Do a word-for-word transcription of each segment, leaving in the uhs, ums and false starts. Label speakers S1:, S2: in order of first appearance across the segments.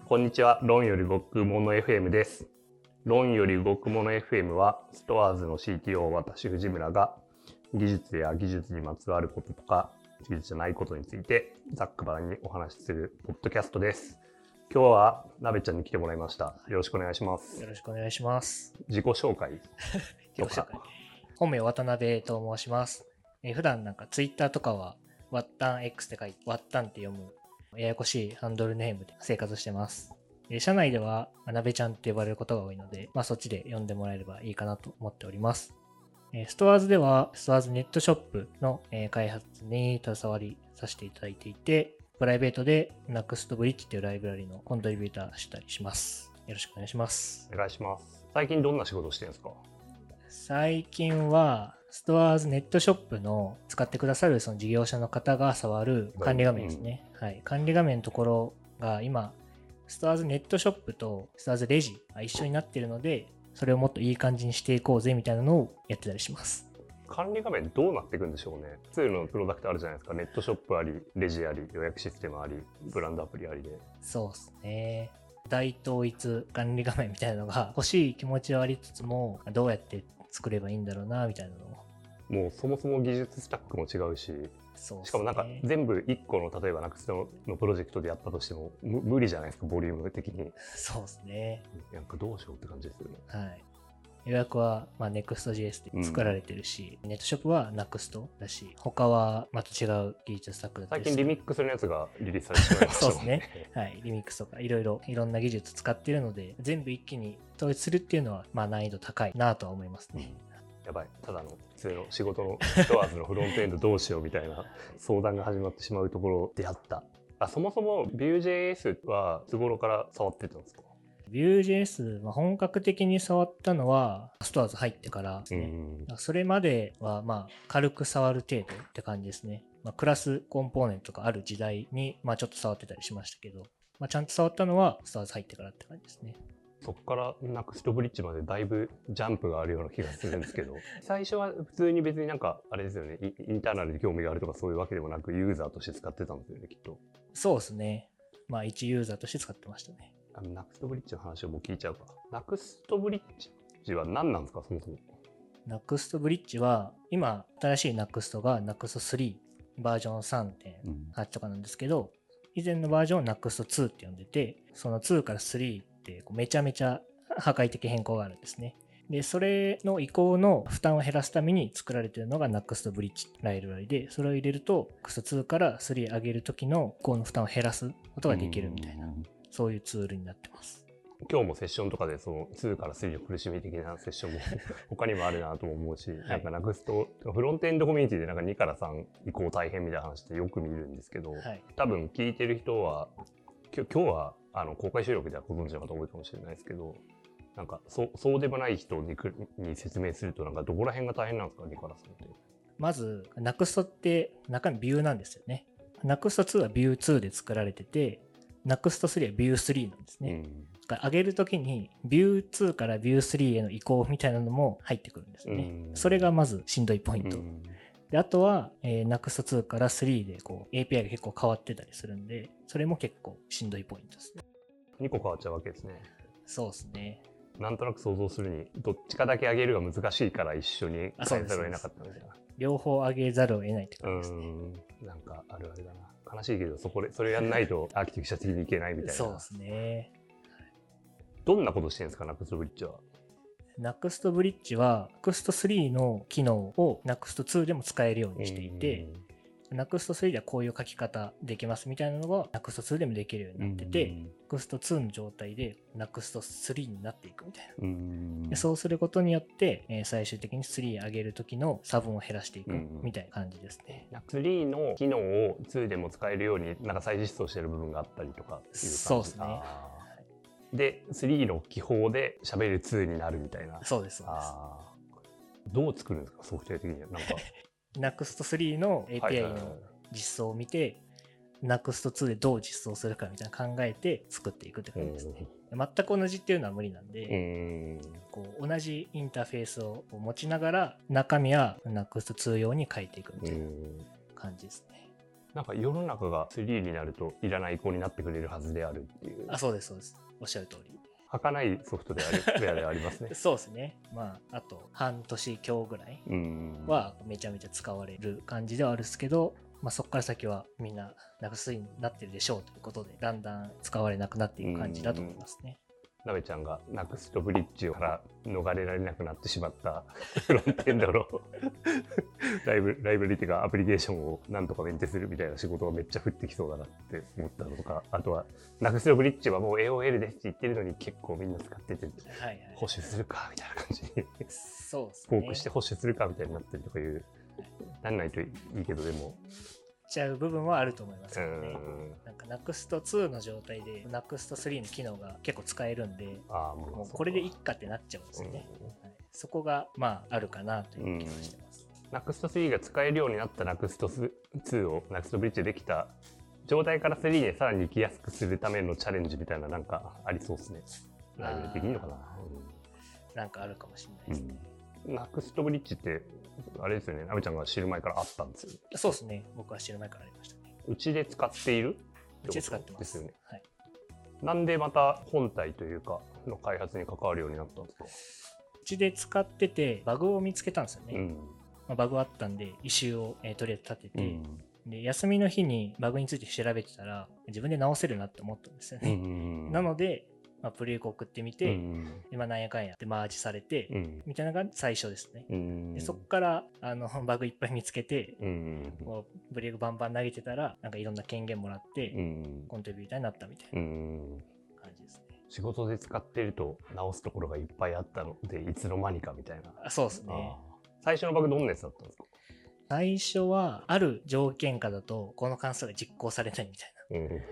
S1: こんにちは。論より動くもの エフエム です。論より動くもの エフエム は、ストアーズの シーティーオー 私藤村が技術や技術にまつわることとか、技術じゃないことについてざっくばらんにお話しするポッドキャストです。今日はなべちゃんに来てもらいました。よろしくお願いします。
S2: よろしくお願いします。
S1: 自己紹介
S2: 自己紹介。本名渡辺と申します。えー、普段なんかツイッターとかはワッタン X って書いてワッタンって読むややこしいハンドルネームで生活してます。えー、社内ではなべちゃんって呼ばれることが多いので、まあそっちで呼んでもらえればいいかなと思っております。えー、ストアーズではストアーズネットショップの、えー、開発に携わりさせていただいていて、プライベートで NuxtBridge っていうライブラリのコントリビューターしたりします。よろしくお願いします。
S1: お願いします。最近どんな仕事をしてるんですか？
S2: 最近はストアーズネットショップの使ってくださるその事業者の方が触る管理画面ですね、うん、はい、管理画面のところが今ストアーズネットショップとストアーズレジが一緒になっているので、それをもっといい感じにしていこうぜみたいなのをやってたりします。
S1: 管理画面どうなっていくんでしょうね。普通のプロダクトあるじゃないですか。ネットショップあり、レジあり、予約システムあり、ブランドアプリありで。
S2: そうですね。大統一管理画面みたいなのが欲しい気持ちはありつつも、どうやって作ればいいんだろうなみたいなのも。
S1: もうそもそも技術スタックも違うし、
S2: そうですね、
S1: しかもなんか全部いっこの例えばなくすののプロジェクトでやったとしても無理じゃないですか、ボリューム的に。
S2: そうですね。
S1: なんかどうしようって感じですよね。
S2: はい。予約は、まあ、ネクストジェイエス で作られてるし、うん、ネットショップは Next だし、他はまた違う技術スタックだったり。
S1: 最近リミックスのやつがリリースされてしまいましたもんね。
S2: そうですね。はい。リミックスとかいろいろいろんな技術使ってるので、全部一気に統一するっていうのは、まあ難易度高いなとは思いますね。
S1: うん、やばい。ただの普通の仕事のストアーズのフロントエンドどうしようみたいな相談が始まってしまうところであった。あ、そもそも Vue.js はいつ頃から触ってたんですか
S2: ？Vue.js は本格的に触ったのはストアーズ入ってからですね。うん、それまではまあ軽く触る程度って感じですね。まあ、クラスコンポーネントがある時代にまあちょっと触ってたりしましたけど、まあ、ちゃんと触ったのはストアーズ入ってからって感じですね。
S1: そこからNuxtBridgeまでだいぶジャンプがあるような気がするんですけど最初は普通に別になんかあれですよね、インターナルで興味があるとかそういうわけでもなくユーザーとして使ってたんですよね、きっと。
S2: そうですね。まあ一ユーザーとして使ってましたね。
S1: あの NuxtBridge の話をもう聞いちゃうか。NuxtBridge は何なんですか、そもそも。
S2: NuxtBridge は今新しい Next が ネクストスリーバージョン さんてんはち とかなんですけど、うん、以前のバージョンを ネクストツー って呼んでて、そのツーからスリーってこうめちゃめちゃ破壊的変更があるんですね。で、それの移行の負担を減らすために作られているのが NuxtBridge ライブラリで、それを入れると ネクストツー からスリー上げるときの移行の負担を減らすことができるみたいな、そういうツールになってます。
S1: 今日もセッションとかでそのツーからスリーの苦しみ的なセッションも他にもあるなとも思うし、はい、なんか Next フロントエンドコミュニティでなんかにからさん移行大変みたいな話ってよく見るんですけど、はい、多分聞いてる人は今日、今日はあの公開収録ではご存知の方多いかもしれないですけど、なんか そ, そうでもない人 に, に説明するとなんかどこら辺が大変なんですか、にからさんって。
S2: まず Next って中身ビューなんですよね。ネクストツー はビューツーで作られてて、ネクストスリーはビュースリーなんですね。うん上げるときに ビューツー から ビュースリー への移行みたいなのも入ってくるんですよね。それがまずしんどいポイント。であとは、えー、ネクストツー からスリーでこう エーピーアイ が結構変わってたりするんで、それも結構しんどいポイントですね。
S1: にこ変わっちゃうわけですね。
S2: そうですね。
S1: なんとなく想像するにどっちかだけ上げるが難しいから一緒に変えざるを得なかったみたいな。
S2: 両方上げざるを得ないって感じですね。
S1: うん、なんかあるあるだな。悲しいけどそこでそれやんないとアーキテクチャ的にいけないみたいな。
S2: そうですね。
S1: どんなことしてるんですか、NuxtBridge は。
S2: NuxtBridge は ネクストスリー の機能を ネクストツー でも使えるようにしていて、ネクストスリー ではこういう書き方できますみたいなのが ネクストツー でもできるようになってて、ネクストツー の状態で ネクストスリー になっていくみたいな。でそうすることによって、えー、最終的にスリー上げる時の差分を減らしていくみたいな感じですね。
S1: スリー の機能をツーでも使えるようになんか再実装してる部分があったりとかいう感じ。
S2: そうですね。
S1: でスリーの記法で喋るツーになるみたいな。
S2: そうですそうです。
S1: あどう作るんですか、ソフトウェア的には。なんか
S2: ネクストスリー の エーピーアイ の実装を見て、はいはいはい、ネクストツー でどう実装するかみたいな考えて作っていくって感じですね。全く同じっていうのは無理なんで、うんこう同じインターフェースを持ちながら中身は ネクストツー 用に変えていくみたいな感じですね。
S1: なんか世の中がスリーになるといらない移行になってくれるはずであるっていう。
S2: あ、そうですそうです。おっしゃる通り。
S1: 儚いソフトであるでありますね。
S2: そうですね。まああと半年強ぐらいはめちゃめちゃ使われる感じではあるんですけど、まあ、そこから先はみんななくすになってるでしょうということで、だんだん使われなくなっていく感じだと思いますね。
S1: なべちゃんがナクストブリッジから逃れられなくなってしまったフロントエンドのライブライブリティがアプリケーションをなんとかメンテするみたいな仕事がめっちゃ降ってきそうだなって思ったのとか、あとはナクストブリッジはもう エーオーエル ですって言ってるのに結構みんな使ってて、はいはい、保守するかみたいな感じに
S2: そうですね、
S1: フォークして保守するかみたいになってるとかいう、なんないといいけど、でも
S2: ちゃう部分はあると思いますけどね。なんか ナクストツー の状態で ナクストスリー の機能が結構使えるんで、あもうもうこれでいっかってなっちゃうんですよね、うんはい、そこがまああるかなという気がしてます。
S1: ナクストスリー が使えるようになった ナクストツー を ナクストブリッジでできた状態からスリーでさらに行きやすくするためのチャレンジみたいななんかありそうですね。ライブでできるのかな、うん、
S2: なんかあるかもしれないですね。
S1: うん、ナクストブリッジってあれですよね、なべちゃんが知る前からあったんですよ。
S2: そうですね、僕は知る前からありましたね。
S1: うちで使っている
S2: うちで使ってます
S1: ですよね。
S2: はい、
S1: なんでまた本体というかの開発に関わるようになったんですか？
S2: うちで使っててバグを見つけたんですよね。うんまあ、バグあったんでイシューを、えー、とりあえず立てて、うん、で休みの日にバグについて調べてたら自分で直せるなって思ったんですよね。うん、なのでまあ、プレイコ送ってみて、うん、今なんやかんやってマージされて、うん、みたいなのが最初ですね。うん、でそこからあのバグいっぱい見つけて、うん、こうブレークバンバン投げてたらなんかいろんな権限もらって、うん、コントリビューターになったみたいな感じですね。
S1: 仕事で使ってると直すところがいっぱいあったのでいつの間にかみたいな。
S2: あそうですね。
S1: 最初のバグどんなやつだったんですか？
S2: 最初はある条件下だとこの関数が実行されないみたいな。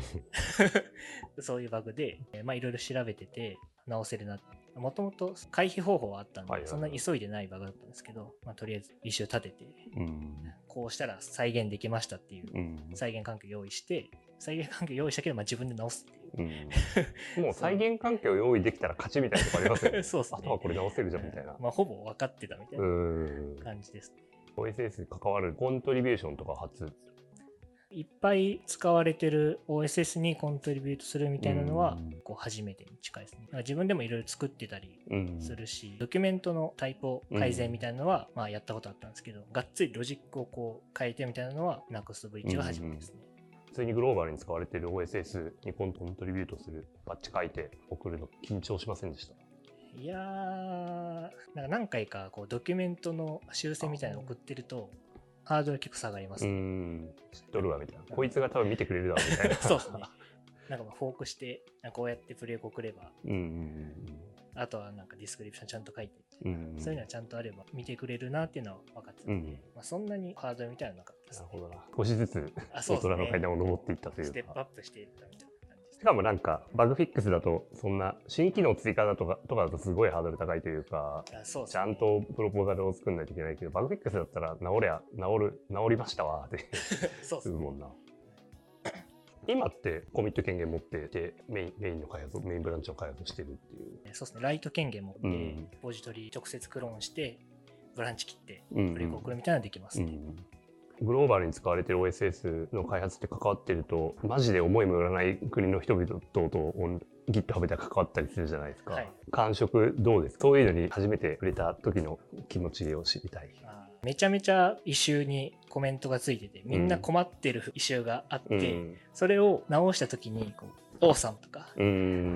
S2: そういうバグで、まあいろいろ調べてて直せるなって。もともと回避方法はあったんで、はいはいはい、そんなに急いでないバグだったんですけど、まあ、とりあえず一周立てて、うん、こうしたら再現できましたっていう再現環境を用意して、再現環境を用意したけど、まあ、自分で直すっていう、
S1: うん、もう再現環境を用意できたら勝ちみたいなとこありますよね。そうですね。あとはこれ直せるじゃんみたいな、
S2: まあ、ほぼ分かってたみたいな感じですね。
S1: オーエスエス に関わるコントリビューションとか初
S2: いっぱい使われてる オーエスエス にコントリビュートするみたいなのはこう初めてに近いですね。自分でもいろいろ作ってたりするし、ドキュメントのタイプ改善みたいなのはまあやったことあったんですけど、がっつりロジックをこう変えてみたいなのは ナクストブリッジが初めてですね。
S1: 普通にグローバルに使われている オーエスエス にコントリビュートするバッチ書いて送るの緊張しませんでした？
S2: いやー、なんか何回かこうドキュメントの修正みたいなの送ってるとハードル結構下がります、ね、うー
S1: ん知っとるわみたいな、こいつが多分見てくれるだろうみたいな
S2: そうですね。なんかまあフォークしてなんかこうやってプレイを送れば、うんうんうん、あとはなんかディスクリプションちゃんと書いて、うんうん、そういうのはちゃんとあれば見てくれるなっていうのは分かってたので、うんまあ、そんなにハードルみたいなのなかったです、ね、なるほどな。
S1: 少しずつ大人の階段を上っていったというか、
S2: ステップアップしていったみたいな。
S1: しかもなんかバグフィックスだとそんな新機能追加だとかとかだとすごいハードル高いというか、そうですね、ちゃんとプロポーザルを作んないといけないけど、バグフィックスだったら治りゃ治る治りましたわってそうするもんな。今ってコミット権限持っててメイン、メインの開発メインブランチの開発してるっていう。
S2: そうですね、ライト権限持って、うん、リポジトリ直接クローンしてブランチ切ってプレイコ送るみたいなのできますね。うんうん
S1: グローバルに使われている オーエスエス の開発って関わってると、マジで思いもよらない国の人々と GitHub で関わったりするじゃないですか。はい、感触どうですか？そういうのに初めて触れた時の気持ちを知りたい。
S2: あめちゃめちゃイシューにコメントがついてて、みんな困ってるイシューがあって、うん、それを直した時にこうオーサムとか、うん、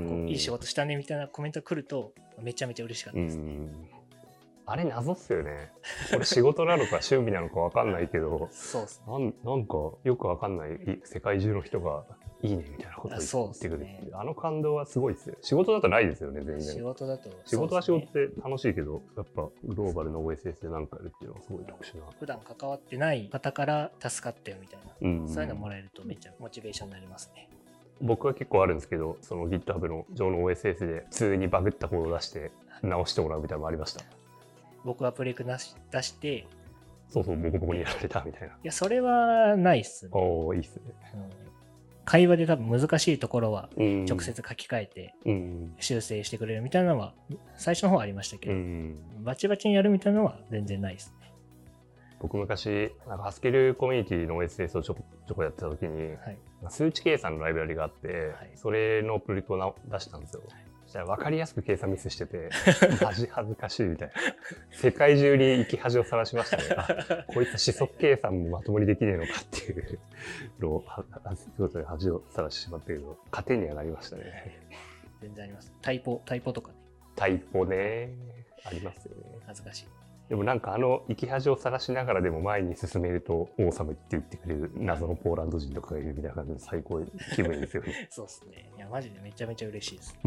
S2: こういい仕事したねみたいなコメントが来るとめちゃめちゃ嬉しかったですね。うん
S1: あれ謎っすよね。これ仕事なのか趣味なのか分かんないけど
S2: そうっす、ね、
S1: なんなんかよく分かんない世界中の人がいいねみたいなことを言ってくるっていう、あの感動はすごいですよ。仕事だとないですよね全然。
S2: 仕事だと
S1: 仕事は仕事で楽しいけど、やっぱグローバルの オーエスエス で何かやるっていうのはすごい特殊な。
S2: 普段関わってない方から助かったよみたいな、うんうん、そういうのもらえるとめっちゃモチベーションになりますね。
S1: 僕は結構あるんですけど、その GitHub の上の オーエスエス で普通にバグったコードを出して直してもらうみたいなのもありました。
S2: 僕はプレイク出して
S1: そうそうボコボコにやられたみたいな。い
S2: やそれはないっすね。
S1: おーいいっすね、うん、
S2: 会話で多分難しいところは直接書き換えて修正してくれるみたいなのは最初の方はありましたけど、うん、バチバチにやるみたいなのは全然ないっすね。
S1: 僕昔なんかハスケルコミュニティの オーエスエス をちょこちょこやってた時に、はい、数値計算のライブラリがあって、はい、それのプロジェクトを出したんですよ。はい、そしたら分かりやすく計算ミスしててマジ恥ずかしいみたいな。世界中に生き恥をさらしましたね。あ、こいつ四則計算もまともにできねえのかっていうのを恥をさらしてしまったけど、糧にはなりましたね。
S2: 全然あります。タイポタイポとかね。
S1: タイポね、ありますよね。
S2: 恥ずかしい。
S1: でもなんかあの生き恥をさらしながらでも前に進めるとオーサムって言ってくれる謎のポーランド人とかがいるみたいな感じで最高気分ですよね。
S2: そうですね。いやマジでめちゃめちゃ嬉しいです。
S1: うん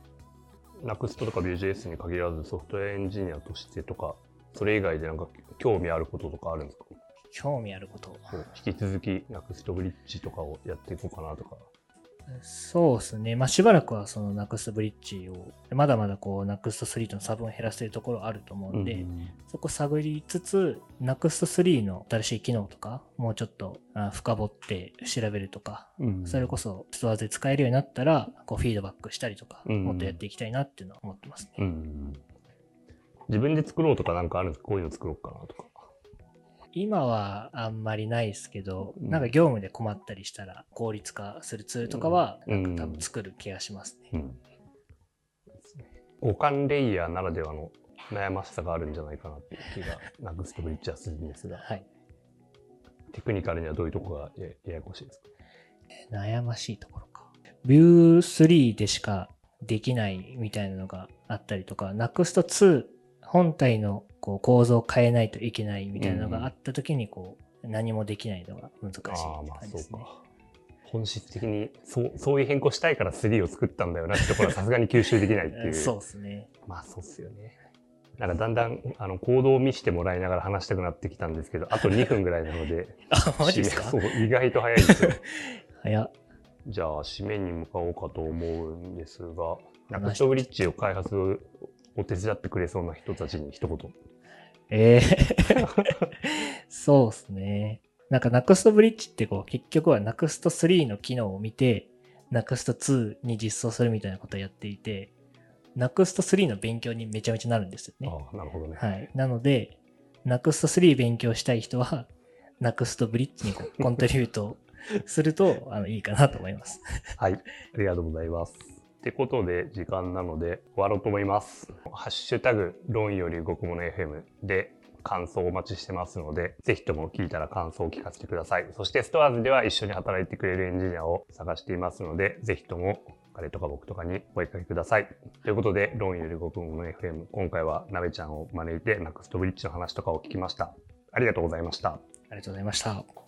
S1: 。Next とか Vue.js に限らずソフトウェアエンジニアとしてとか、それ以外でなんか興味あることとかあるんですか？
S2: 興味あること。
S1: 引き続き Next ブリッジとかをやっていこうかなとか。
S2: そうですね。まあしばらくはその Next ブリッジを、まだまだこう Next スリーとの差分を減らせるところあると思うんで、うん、そこ探りつつ Next スリーの新しい機能とか、もうちょっと深掘って調べるとか、うん、それこそストアで使えるようになったら、こうフィードバックしたりとか、うん、もっとやっていきたいなっていうのは思ってますね。うん、
S1: 自分で作ろうとかなんかあるんですか？こういうの作ろうかなとか。
S2: 今はあんまりないですけど、うん、なんか業務で困ったりしたら効率化するツールとかはなんか多分作る気がしますね。うんうん、
S1: 互換レイヤーならではの悩ましさがあるんじゃないかなっていう気がNextブリッジはするんですが、はい、テクニカルにはどういうところがや, ややこしいですか？
S2: 悩ましいところか。ビュースリー でしかできないみたいなのがあったりとか、ネクストツー本体のこう構造を変えないといけないみたいなのがあったときにこう何もできないのが難しい感じですね。
S1: 本質的にそうそういう変更したいからスリーを作ったんだよなってところはさすがに吸収できないっていう。
S2: そうですね。
S1: まあそうっすよね。なんかだんだんあのコードを見せてもらいながら話したくなってきたんですけど、あとにふんぐらいなので。
S2: あ、マジですか？
S1: そう、意外と早いですよ。
S2: 早っ。
S1: じゃあ締めに向かおうかと思うんですが、Nextブリッジを開発をお手伝ってくれそうな人たちに一言。
S2: ええー、そうですね。なんか Next ブリッジってこう結局は ネクストスリーの機能を見て ネクストツーに実装するみたいなことをやっていて、ネクストスリーの勉強にめちゃめちゃなるんですよね。
S1: ああ、なるほどね。
S2: はい。なので ネクストスリー勉強したい人は Next ブリッジにこうコントリビュートするとあのいいかなと思います。
S1: はい、ありがとうございます。ってことで時間なので終わろうと思います。ハッシュタグ論より動くもの エフエム で感想をお待ちしてますので、ぜひとも聞いたら感想を聞かせてください。そしてストアーズでは一緒に働いてくれるエンジニアを探していますので、ぜひとも彼とか僕とかにお声掛けください。ということで論より動くもの エフエム、今回はなべちゃんを招いて Next ブリッジの話とかを聞きました。ありがとうございました。あ
S2: りがとうございました。